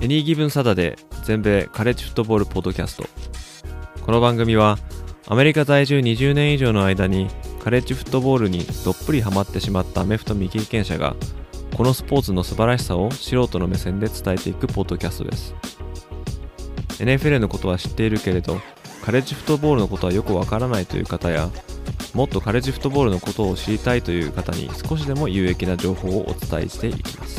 エニーギブンサタデー全米カレッジフットボールポッドキャスト。この番組はアメリカ在住20年以上の間にカレッジフットボールにどっぷりハマってしまったアメフト未経験者がこのスポーツの素晴らしさを素人の目線で伝えていくポッドキャストです。 NFL のことは知っているけれどカレッジフットボールのことはよくわからないという方や、もっとカレッジフットボールのことを知りたいという方に少しでも有益な情報をお伝えしていきます。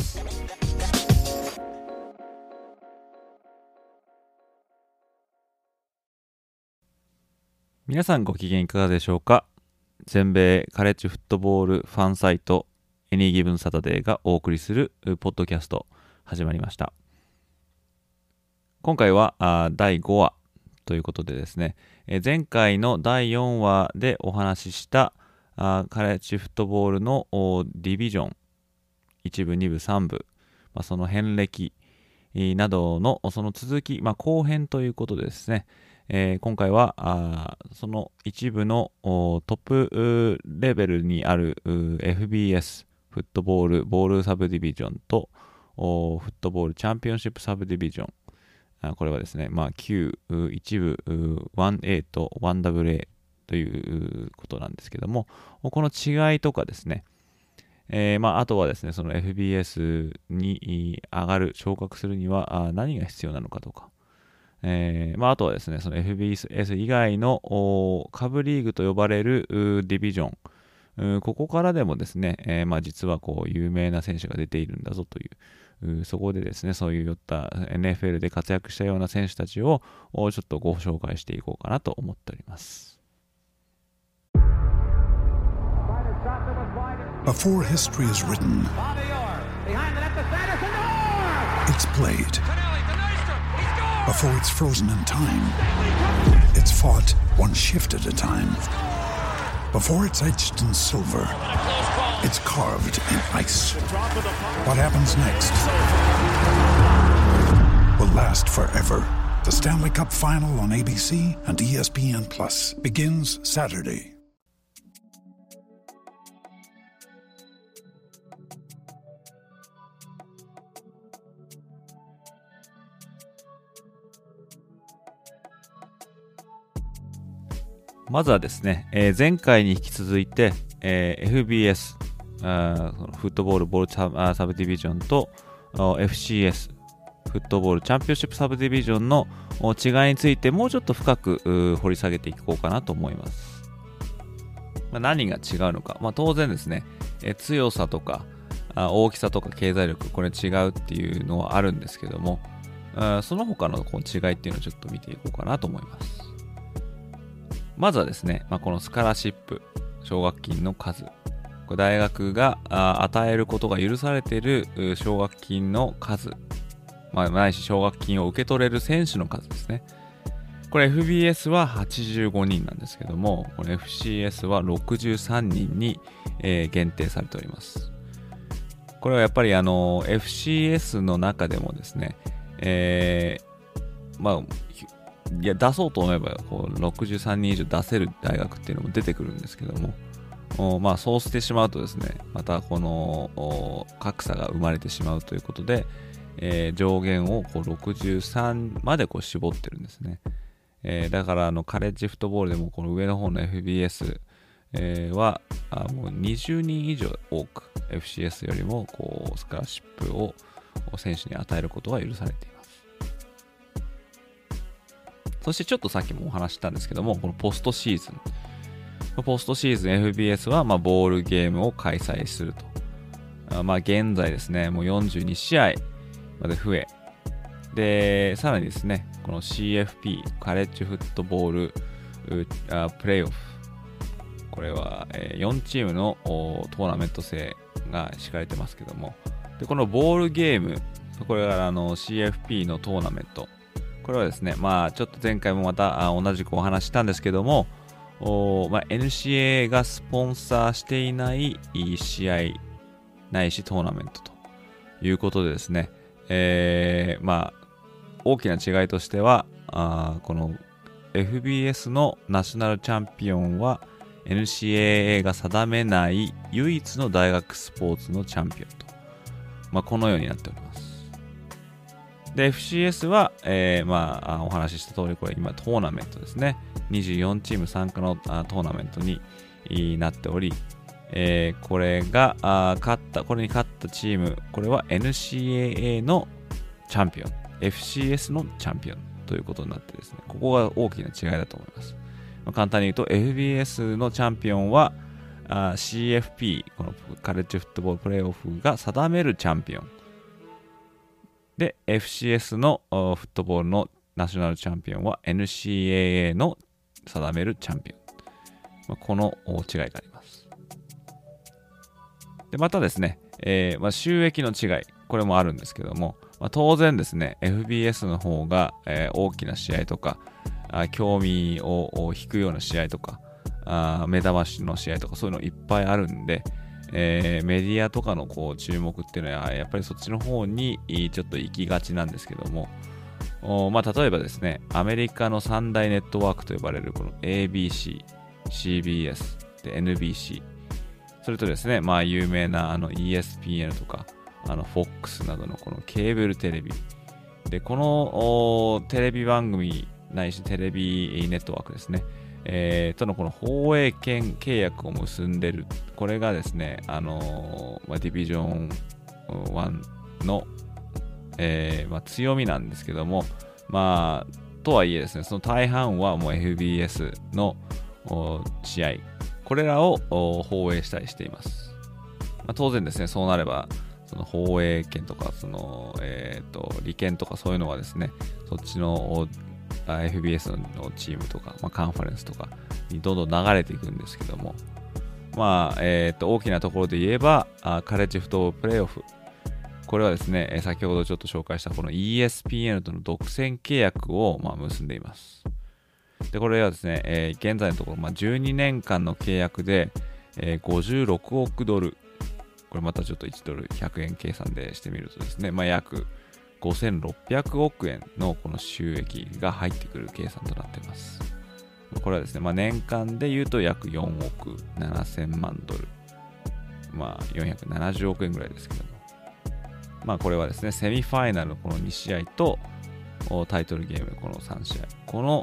皆さんご機嫌いかがでしょうか。全米カレッジフットボールファンサイトエニーギブンサタデーがお送りするポッドキャスト始まりました。今回は第5話ということでですね、前回の第4話でお話ししたカレッジフットボールのディビジョン1部2部3部、その遍歴などのその続き、後編ということでですね、今回はその一部のトップレベルにあるFBS フットボールサブディビジョンとフットボールチャンピオンシップサブディビジョン、これはですね、旧一部 1A と 1AA ということなんですけども、この違いとかですね、あとはですね、その FBS に上がる昇格するには何が必要なのかとか、あとはですね、その FBS 以外の下部リーグと呼ばれるディビジョン、ここからでもですね、実はこう有名な選手が出ているんだぞという、そこでですね、そういった NFL で活躍したような選手たちをちょっとご紹介していこうかなと思っております。 Before history is written, it's played. Before it's frozen in time, it's fought one shift at a time. Before it's etched in silver, it's carved in ice. What happens next will last forever. The Stanley Cup Final on ABC and ESPN Plus begins Saturday. まずはですね、前回に引き続いて、FBS フットボールボールサブディビジョンと FCS フットボールチャンピオンシップサブディビジョンの違いについてもうちょっと深く掘り下げていこうかなと思います。何が違うのか、当然ですね、強さとか大きさとか経済力、これ違うっていうのはあるんですけども、その他のこの違いっていうのをちょっと見ていこうかなと思います。まずはですね、このスカラシップ、奨学金の数、これ大学が与えることが許されている奨学金の数、ないし奨学金を受け取れる選手の数ですね。これ FBS は85人なんですけども、これ FCS は63人に、限定されております。これはやっぱりFCS の中でもですね、出そうと思えばこう63人以上出せる大学っていうのも出てくるんですけども、そうしてしまうとですね、またこの格差が生まれてしまうということで、上限をこう63までこう絞ってるんですね。だからカレッジフットボールでもこの上の方の FBS、はもう20人以上多く FCS よりもこうスカラシップを選手に与えることが許されています。そしてちょっとさっきもお話したんですけども、このポストシーズン FBS はボールゲームを開催すると。現在ですね、もう42試合まで増え、でさらにですね、この CFP カレッジフットボールプレイオフ、これは4チームのトーナメント制が敷かれてますけども、でこのボールゲーム、これがCFP のトーナメント、これはですね、ちょっと前回もまた同じくお話したんですけども、NCAA がスポンサーしていない試合ないしトーナメントということでですね、大きな違いとしてはこの FBS のナショナルチャンピオンは NCAA が定めない唯一の大学スポーツのチャンピオンと、このようになっております。 で FCS は、お話しした通り、これ今トーナメントですね。24チーム参加のトーナメントになっており、これに勝ったチーム、これは NCAA のチャンピオン、FCS のチャンピオンということになってですね、ここが大きな違いだと思います。簡単に言うと FBS のチャンピオンはCFP、このカレッジフットボールプレーオフが定めるチャンピオンで、 FCS のフットボールのナショナルチャンピオンは NCAA の定めるチャンピオン、この違いがあります。でまたですね、収益の違い、これもあるんですけども、当然ですね FBS の方が、大きな試合とか興味を引くような試合とか目覚ましの試合とかそういうのいっぱいあるんで、メディアとかの注目っていうのはやっぱりそっちの方にちょっと行きがちなんですけども、例えばですね、アメリカの三大ネットワークと呼ばれるこの ABC、CBS で NBC、 それとですね、有名なESPN とかFOX などのこのケーブルテレビで、このテレビ番組ないしテレビネットワークですね、とのこの放映権契約を結んでる、これがですね、ディビジョン1の、強みなんですけども、とはいえですね、その大半はもう FBS の試合、これらを放映したりしています。当然ですね、そうなればその放映権とか利権とかそういうのはですね、そっちのFBS のチームとか、カンファレンスとかにどんどん流れていくんですけども、大きなところで言えばカレッジフットボールプレーオフ、これはですね、先ほどちょっと紹介したこの ESPN との独占契約を結んでいます。でこれはですね、現在のところ、12年間の契約で、56億ドル、これまたちょっと1ドル100円計算でしてみるとですね、約5600億円のこの収益が入ってくる計算となっています。これはですね、年間で言うと約4億7000万ドル、470億円ぐらいですけども、これはですね、セミファイナルのこの2試合とタイトルゲームこの3試合、この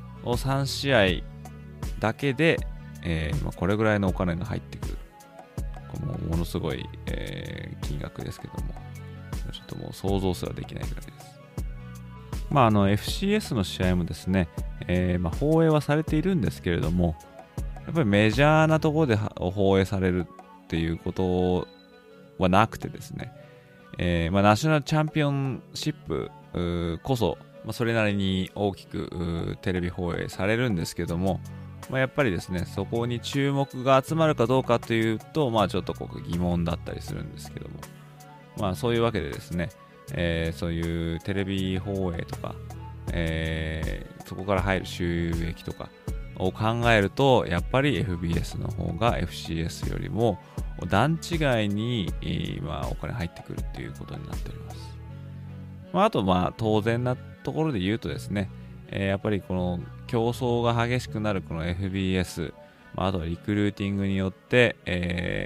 3試合だけで、これぐらいのお金が入ってくる、ものすごい、金額ですけども、ちょっともう想像すらできないぐらいです。FCS の試合もですね、放映はされているんですけれども、やっぱりメジャーなところで放映されるっていうことはなくてですね、ナショナルチャンピオンシップこそ、それなりに大きくテレビ放映されるんですけども、やっぱりですね、そこに注目が集まるかどうかというと、ちょっと疑問だったりするんですけども、そういうわけでですね、そういうテレビ放映とか、そこから入る収益とかを考えると、やっぱり FBS の方が FCS よりも段違いに、お金入ってくるっていうことになっております。あと当然なところで言うとですね、やっぱりこの競争が激しくなるこの FBS、あとはリクルーティングによって、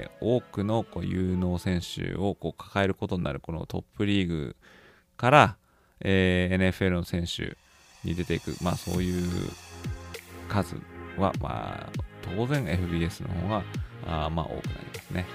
多くの有能選手を抱えることになるこのトップリーグから、NFL の選手に出ていく、そういう数は、当然 FBS の方が多くなりますね。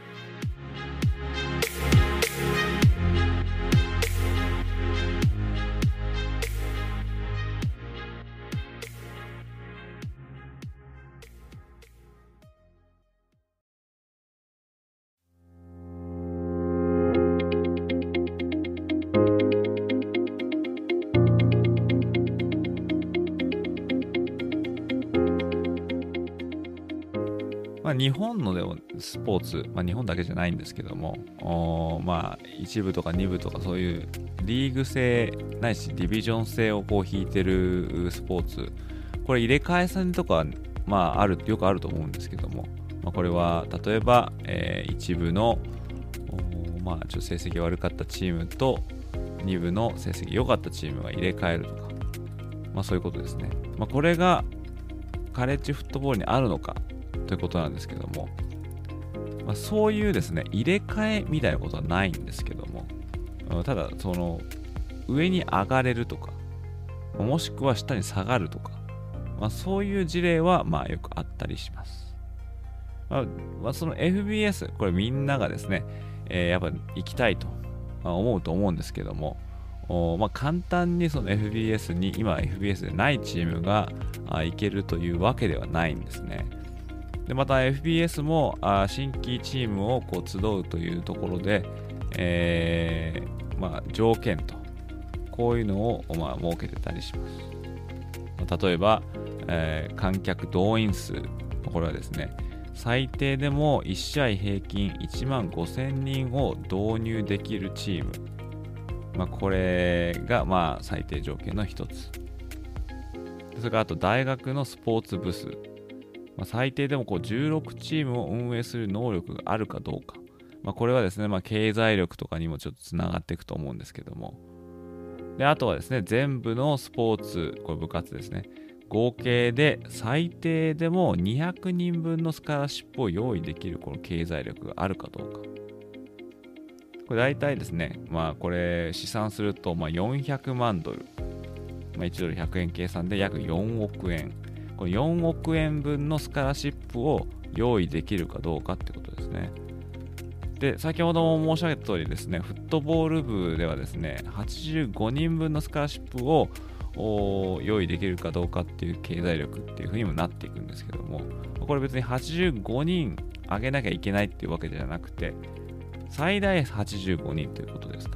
日本のでもスポーツ、日本だけじゃないんですけども、1部とか2部とかそういうリーグ制ないしディビジョン制を引いてるスポーツ、これ入れ替え戦とかよくあると思うんですけども、これは例えば、1部のちょっと成績悪かったチームと2部の成績良かったチームが入れ替えるとか、そういうことですね。これがカレッジフットボールにあるのかということなんですけども、そういうですね入れ替えみたいなことはないんですけども、ただその上に上がれるとか、もしくは下に下がるとか、そういう事例はよくあったりします。その FBS、これみんながですね、やっぱ行きたいと思うと思うんですけども、簡単にその FBS に今 FBS でないチームが行けるというわけではないんですね。でまた FBS も新規チームを集うというところで、条件とこういうのを設けてたりします。例えば、観客動員数、これはですね、最低でも1試合平均1万5000人を導入できるチーム、これが最低条件の一つ。それからあと大学のスポーツ部数、最低でも16チームを運営する能力があるかどうか、これはですね、経済力とかにもちょっとつながっていくと思うんですけども、であとはですね、全部のスポーツ、これ部活ですね、合計で最低でも200人分のスカラシップを用意できるこの経済力があるかどうか。これ大体ですね、これ試算すると400万ドル、1ドル100円計算で約4億円。この4億円分のスカラシップを用意できるかどうかってことですね。で、先ほども申し上げた通りですね、フットボール部ではですね、85人分のスカラシップを用意できるかどうかっていう経済力っていう風にもなっていくんですけども、これ別に85人上げなきゃいけないっていうわけじゃなくて、最大85人ということですから。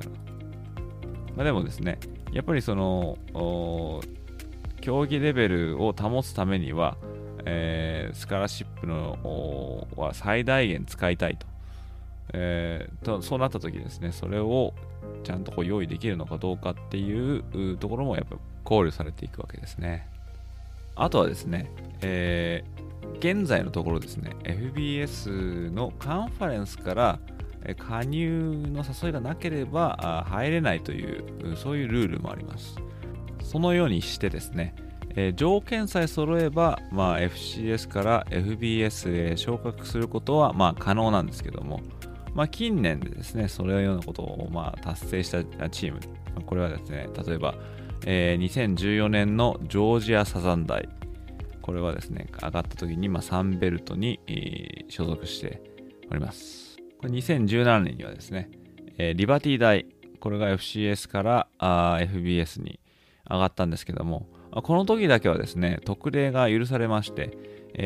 でもですね、やっぱりその競技レベルを保つためには、スカラシップは最大限使いたいと。そうなった時ですね、それをちゃんと用意できるのかどうかっていうところもやっぱ考慮されていくわけですね。あとはですね、現在のところですね、FBS のカンファレンスから加入の誘いがなければ入れないというそういうルールもあります。そのようにしてですね、条件さえ揃えば、FCS から FBS へ昇格することは可能なんですけども、近年でですね、それようなことを達成したチーム、これはですね、例えば、2014年のジョージアサザン大、これはですね、上がった時にサンベルトに、所属しております。これ2017年にはですね、リバティ大、これが FCS から FBS に上がったんですけども、この時だけはですね、特例が許されまして、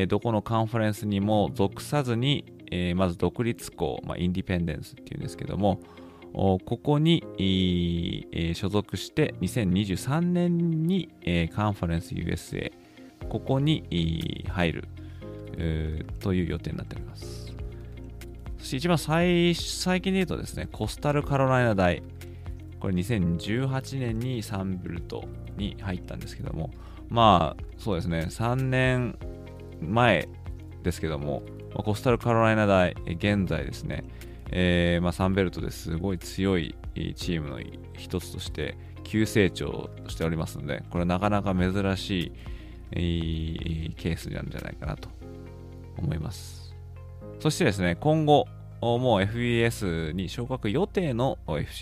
どこのカンファレンスにも属さずに、まず独立校、インディペンデンスっていうんですけども、ここに、所属して2023年に、カンファレンス USA、ここに入る、という予定になっております。そして一番最近で言うとですね、コスタルカロライナ大、これ2018年にサンベルトに入ったんですけども、そうですね、3年前ですけども、コスタルカロライナ大、現在ですね、サンベルトですごい強いチームの一つとして急成長しておりますので、これはなかなか珍しいケースなんじゃないかなと思います。そしてですね、今後もう FBS に昇格予定の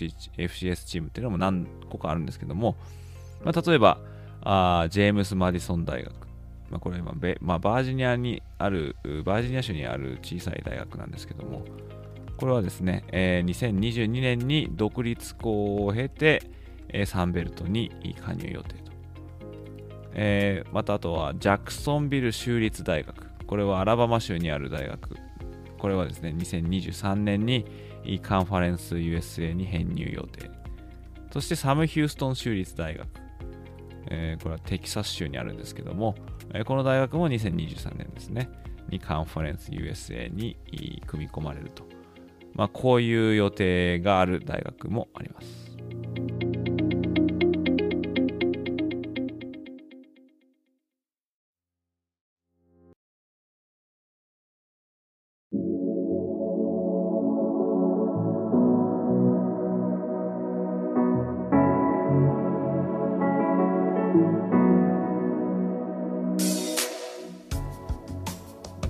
FCS チームっていうのも何個かあるんですけども、例えばジェームス・マディソン大学、これはバージニア州にある小さい大学なんですけども、これはですね、2022年に独立校を経て、サンベルトに加入予定と。またあとはジャクソンビル州立大学、これはアラバマ州にある大学、これはですね、2023年にカンファレンス USA に編入予定。そしてサム・ヒューストン州立大学、これはテキサス州にあるんですけども、この大学も2023年ですね、にカンファレンス USA に組み込まれると。こういう予定がある大学もあります。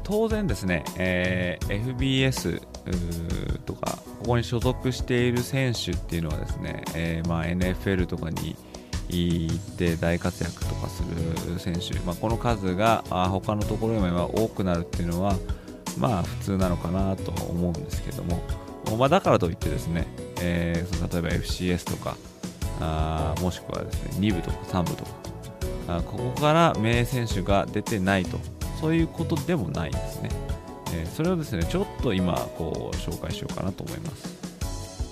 当然ですね、FBS とかここに所属している選手っていうのはですね、NFL とかに行って大活躍とかする選手、この数が他のところよりも多くなるっていうのは普通なのかなと思うんですけども、だからといってですね、例えば FCS とかもしくはですね2部とか3部とかここから名選手が出てないと、そういうことでもないんですね。それをですねちょっと今こう紹介しようかなと思います。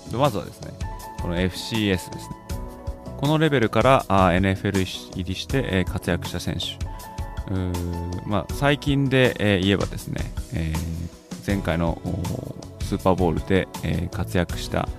まずはですねこの FCS ですね。このレベルから NFL 入りして活躍した選手、最近で言えばですね、前回のスーパーボウルで活躍した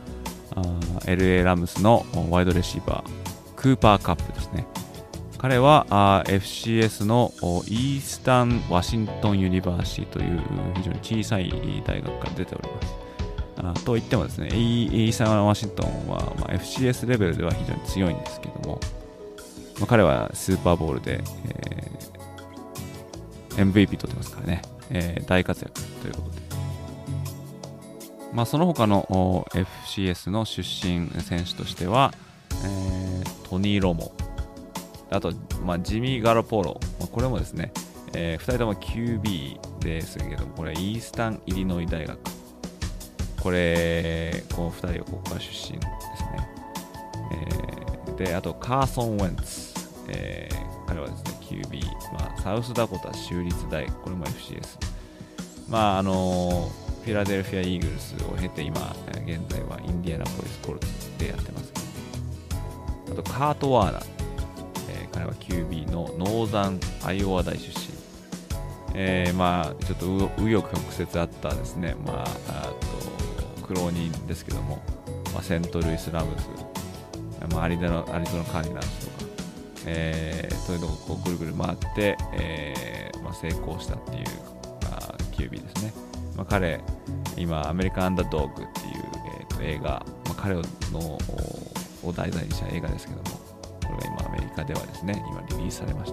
LA ラムスのワイドレシーバークーパーカップですね。彼はFCS のイースタンワシントンユニバーシティという非常に小さい大学から出ております。といってもですね、イースタンワシントンは、FCS レベルでは非常に強いんですけども、彼はスーパーボウルで、MVP 取ってますからね、大活躍ということで、その他の FCS の出身選手としては、トニー・ロモ、あと、ジミー・ガロポロ、これもですね、2人とも QB ですけども、これはイースタン・イリノイ大学、この2人はここから出身ですね。で、あとカーソン・ウェンツ、彼はですね QB、サウスダコタ州立大学、これも FCS、フィラデルフィア・イーグルスを経て今現在はインディアナポリス・コルツでやってますけど、あとカート・ワーナー、彼は QB のノーザン・アイオワ大出身、ちょっと紆余曲折あったですね、苦労人ですけども、セントルイス・ラムズ、アリゾナ・カーディナルスとか、そういうのをこうぐるぐる回って、成功したっていうQB ですね。彼、今、アメリカン・アンダードッグっていう、映画、彼のを題材にした映画ですけども、これが今、アメリカではですね、今、リリースされました。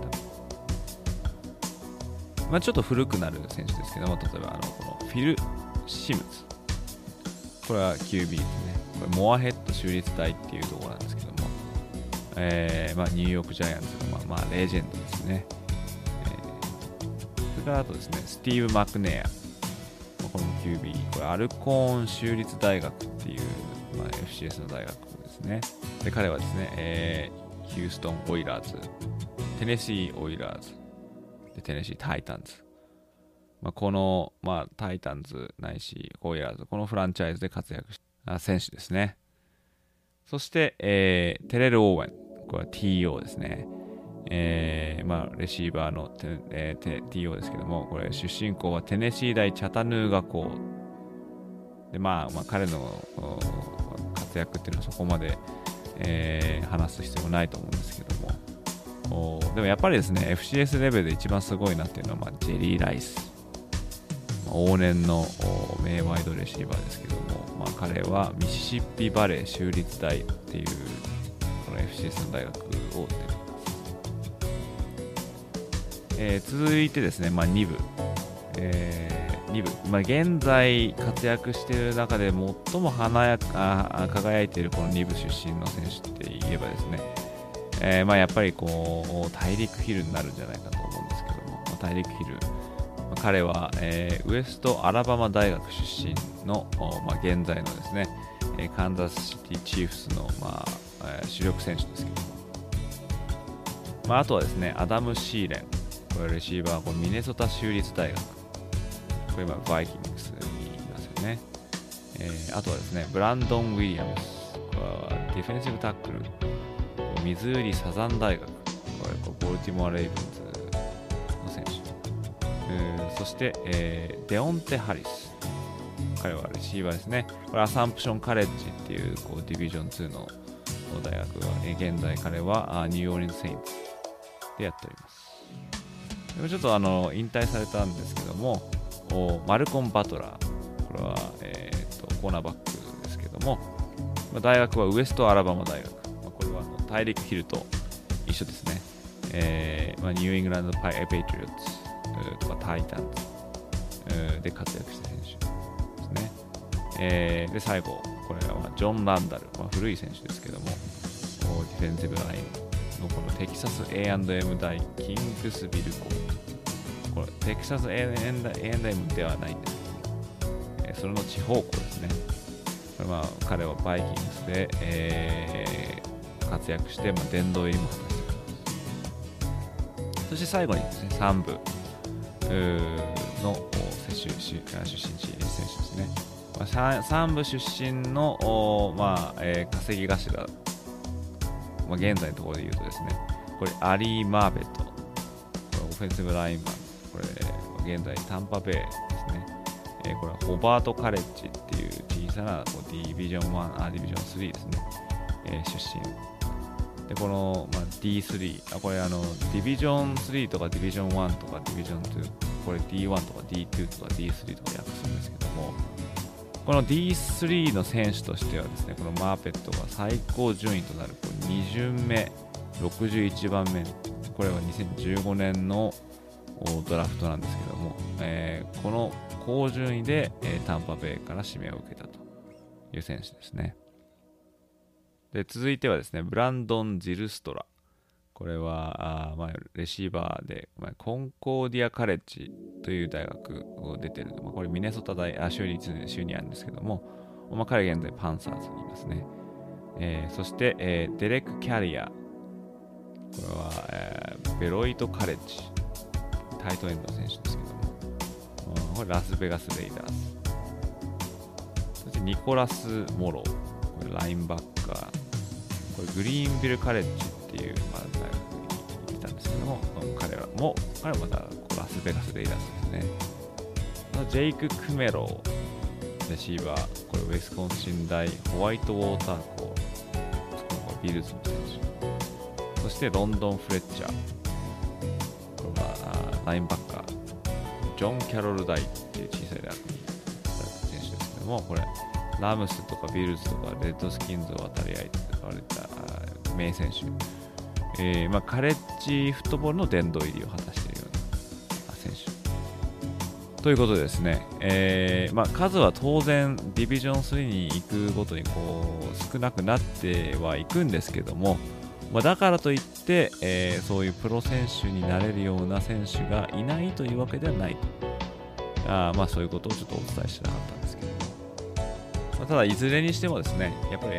ちょっと古くなる選手ですけども、例えばこのフィル・シムズ、これは QB ですね。これモアヘッド州立大っていうところなんですけども、ニューヨークジャイアンツのレジェンドですね。それからあとですね、スティーブ・マクネア、これも QB、これアルコーン州立大学っていう、FCS の大学ですね。で、彼はですね、ヒューストン・オイラーズ、テネシー・オイラーズ、でテネシー・タイタンズ、この、タイタンズないしオイラーズ、このフランチャイズで活躍した選手ですね。そして、テレル・オーウェン、これは TO ですね。レシーバーのTO ですけども、これ出身校はテネシー大チャタヌーガ校で、彼の活躍っていうのはそこまで、話す必要ないと思うんですけども、でもやっぱりですね FCS レベルで一番すごいなっていうのは、ジェリー・ライス、往年の名ワイドレシーバーですけども、彼はミシシッピバレー州立大っていうこの FCS の大学を出ています。続いてですね、2部、現在活躍している中で最も輝いているこの2部出身の選手って言えばですね、やっぱりこう大陸ヒルになるんじゃないかと思うんですけども、大陸ヒル、彼は、ウエストアラバマ大学出身の、現在のですね、カンザスシティチーフスの、主力選手ですけども、あとはですねアダム・シーレン、これレシーバー、これミネソタ州立大学、これ今バイキングスにいますよね。あとはですねブランドン・ウィリアムス、これはディフェンシブタックル、ミズーリサザン大学、これボルティモア・レイブンズの選手、そして、デオンテ・ハリス、彼はレシーバーですね。これアサンプション・カレッジっていう、ディビジョン2の大学が、現在彼はニューオーリンズ・セインツでやっております。でもちょっと引退されたんですけども、マルコン・バトラー、これは、コーナーバックですけども、大学はウエストアラバマ大学、これは大陸ヒルと一緒ですね。ニューイングランド・ペイトリオッツとかタイタンズ、 で活躍した選手ですね。で最後これはジョン・ランダル、古い選手ですけども、ディフェンシブラインのこのテキサス A&M 大キングスビル校、これテキサス A&M ではないんですけど、それの地方校ですね。これ彼はバイキングスで、活躍して、殿堂入りも果たしています。そして最後にですね、3部の出身地選手ですね。3部出身の、稼ぎ頭、現在のところで言うとですね、これアリー・マーベット、これオフェンシブラインマン、これ現在タンパベイですね。これはホバート・カレッジっていう小さなディビジョン1、ディビジョン3ですね、出身で、この、D3、これディビジョン3とかディビジョン1とかディビジョン2、これ D1 とか D2 とか D3 とか訳すんですけども、この D3 の選手としてはですね、このマーペットが最高順位となる2巡目61番目、これは2015年のドラフトなんですけども、この高順位で、タンパベイから指名を受けたという選手ですね。で続いてはですね、ブランドン・ジルストラ、これはレシーバーで、コンコーディア・カレッジという大学を出ている、これミネソタ大州にあるんですけども、彼現在パンサーズにいますね。そして、デレック・キャリア、これは、ベロイト・カレッジ、タイトエンドの選手ですけども、これラスベガス・レイダース。そしてニコラス・モロー、これラインバッカー、これグリーンビル・カレッジっていう、大学にいたんですけども、彼はまたラスベガス・レイダースですね。ジェイク・クメロー、レシーバー、これウェスコンシン大ホワイトウォーター校、ビルズの選手。そしてロンドン・フレッチャー、これはラインバッカー、ジョン・キャロル大っていう小さい大学にいた選手ですけども、これラムスとかビルズとかレッドスキンズを渡り合いと言われた名選手、カレッジフットボールの殿堂入りを果たしているような選手ということでですね、数は当然ディビジョン3に行くごとに少なくなってはいくんですけども、だからといって、そういうプロ選手になれるような選手がいないというわけではないと、そういうことをちょっとお伝えしてなかったんですけども、ただいずれにしてもですね、やっぱり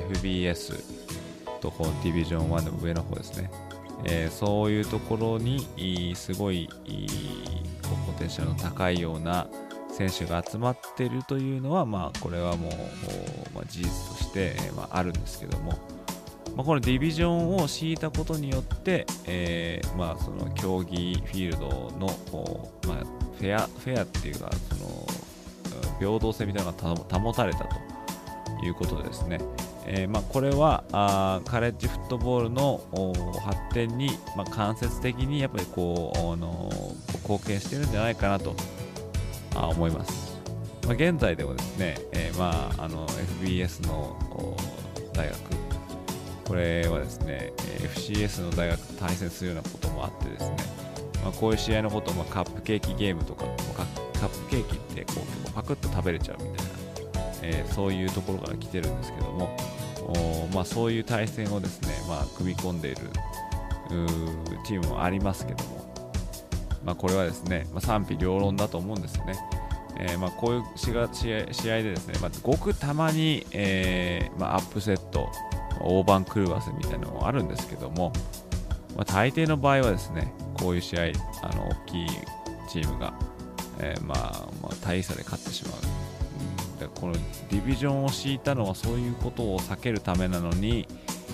FBS とこのディビジョン1の上の方ですね、そういうところにすごいポテンシャルの高いような選手が集まっているというのは、これはもう、事実として、あるんですけども、このディビジョンを敷いたことによって、その競技フィールドの、フェアっていうか、その平等性みたいなのが保たれたということでですね、これはカレッジフットボールの発展に、間接的にやっぱり貢献してるんじゃないかなと思います。現在でもですね、FBS の大学、これはですね、FCS の大学と対戦するようなこともあってですね、こういう試合のことをカップケーキゲームとか、カップケーキってパクッと食べれちゃうみたいな、そういうところから来てるんですけども、そういう対戦をですね、組み込んでいるチームもありますけども、これはですね、賛否両論だと思うんですよね。こういう試合でですね、ごくたまに、アップセット、大番狂わせみたいなのもあるんですけども、大抵の場合はですね、こういう試合、大きいチームが、大差で勝ってしまう。でこのディビジョンを敷いたのはそういうことを避けるためなのに、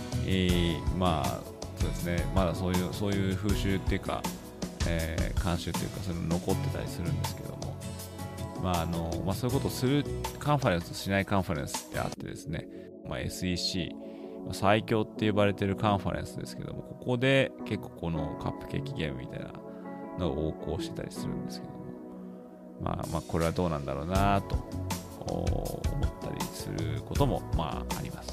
そうですね、まだそういう風習っていうか、慣習っていうか、そういうの残ってたりするんですけども、そういうことをするカンファレンスとしないカンファレンスってあってですね、SEC、最強って呼ばれてるカンファレンスですけども、ここで結構このカップケーキゲームみたいなのを横行してたりするんですけども、これはどうなんだろうなと思ったりすることもあります。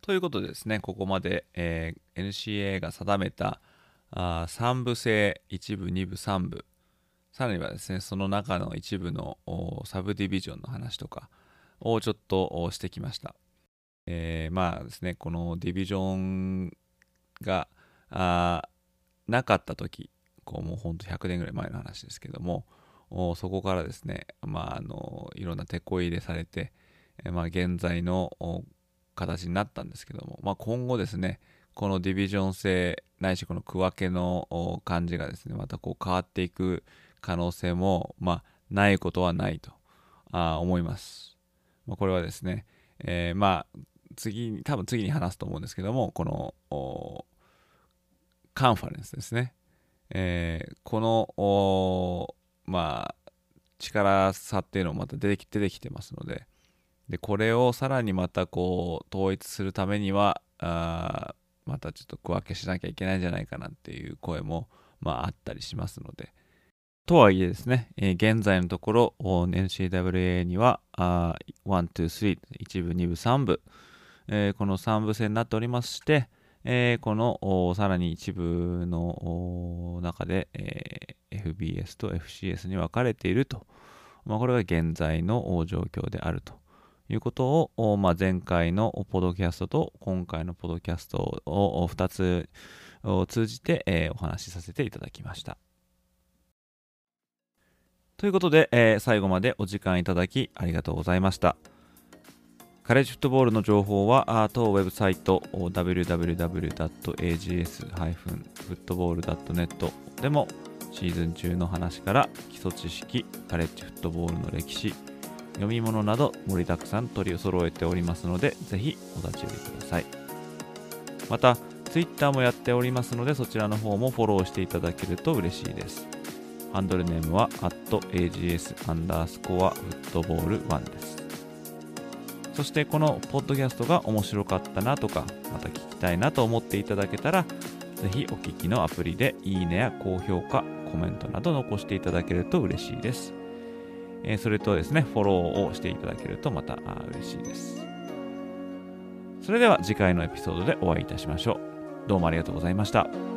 ということでですね、ここまで、NCAA が定めた3部制、1部、2部、3部、さらにはですね、その中の一部のサブディビジョンの話とかをちょっとしてきました。まあですね、このディビジョンがなかった時、もうほんと100年ぐらい前の話ですけども、そこからですね、いろんな手こ入れされて、現在の形になったんですけども、今後ですね、このディビジョン制ないしこの区分けの感じがですね、また変わっていく可能性もないことはないと思います。これはですね、多分次に話すと思うんですけども、このカンファレンスですね、この力差っていうのもまた出てきてますので、これをさらにまた統一するためにはまたちょっと区分けしなきゃいけないんじゃないかなっていう声もあったりしますので、とはいえですね、現在のところ NCAA には1、2、3、1部、2部、3部、この3部制になっておりまして、このさらに一部の中で、FBS と FCS に分かれていると、これが現在の状況であるということを、前回のポドキャストと今回のポドキャストを2つを通じて、お話しさせていただきました。ということで、最後までお時間いただきありがとうございました。カレッジフットボールの情報は当ウェブサイト www.ags-football.net でもシーズン中の話から基礎知識、カレッジフットボールの歴史、読み物など盛りだくさん取り揃えておりますので、ぜひお立ち寄りください。また Twitter もやっておりますので、そちらの方もフォローしていただけると嬉しいです。ハンドルネームは @ags_football1 です。そしてこのポッドキャストが面白かったなとか、また聞きたいなと思っていただけたら、ぜひお聞きのアプリでいいねや高評価、コメントなど残していただけると嬉しいです。それとですね、フォローをしていただけるとまた嬉しいです。それでは次回のエピソードでお会いいたしましょう。どうもありがとうございました。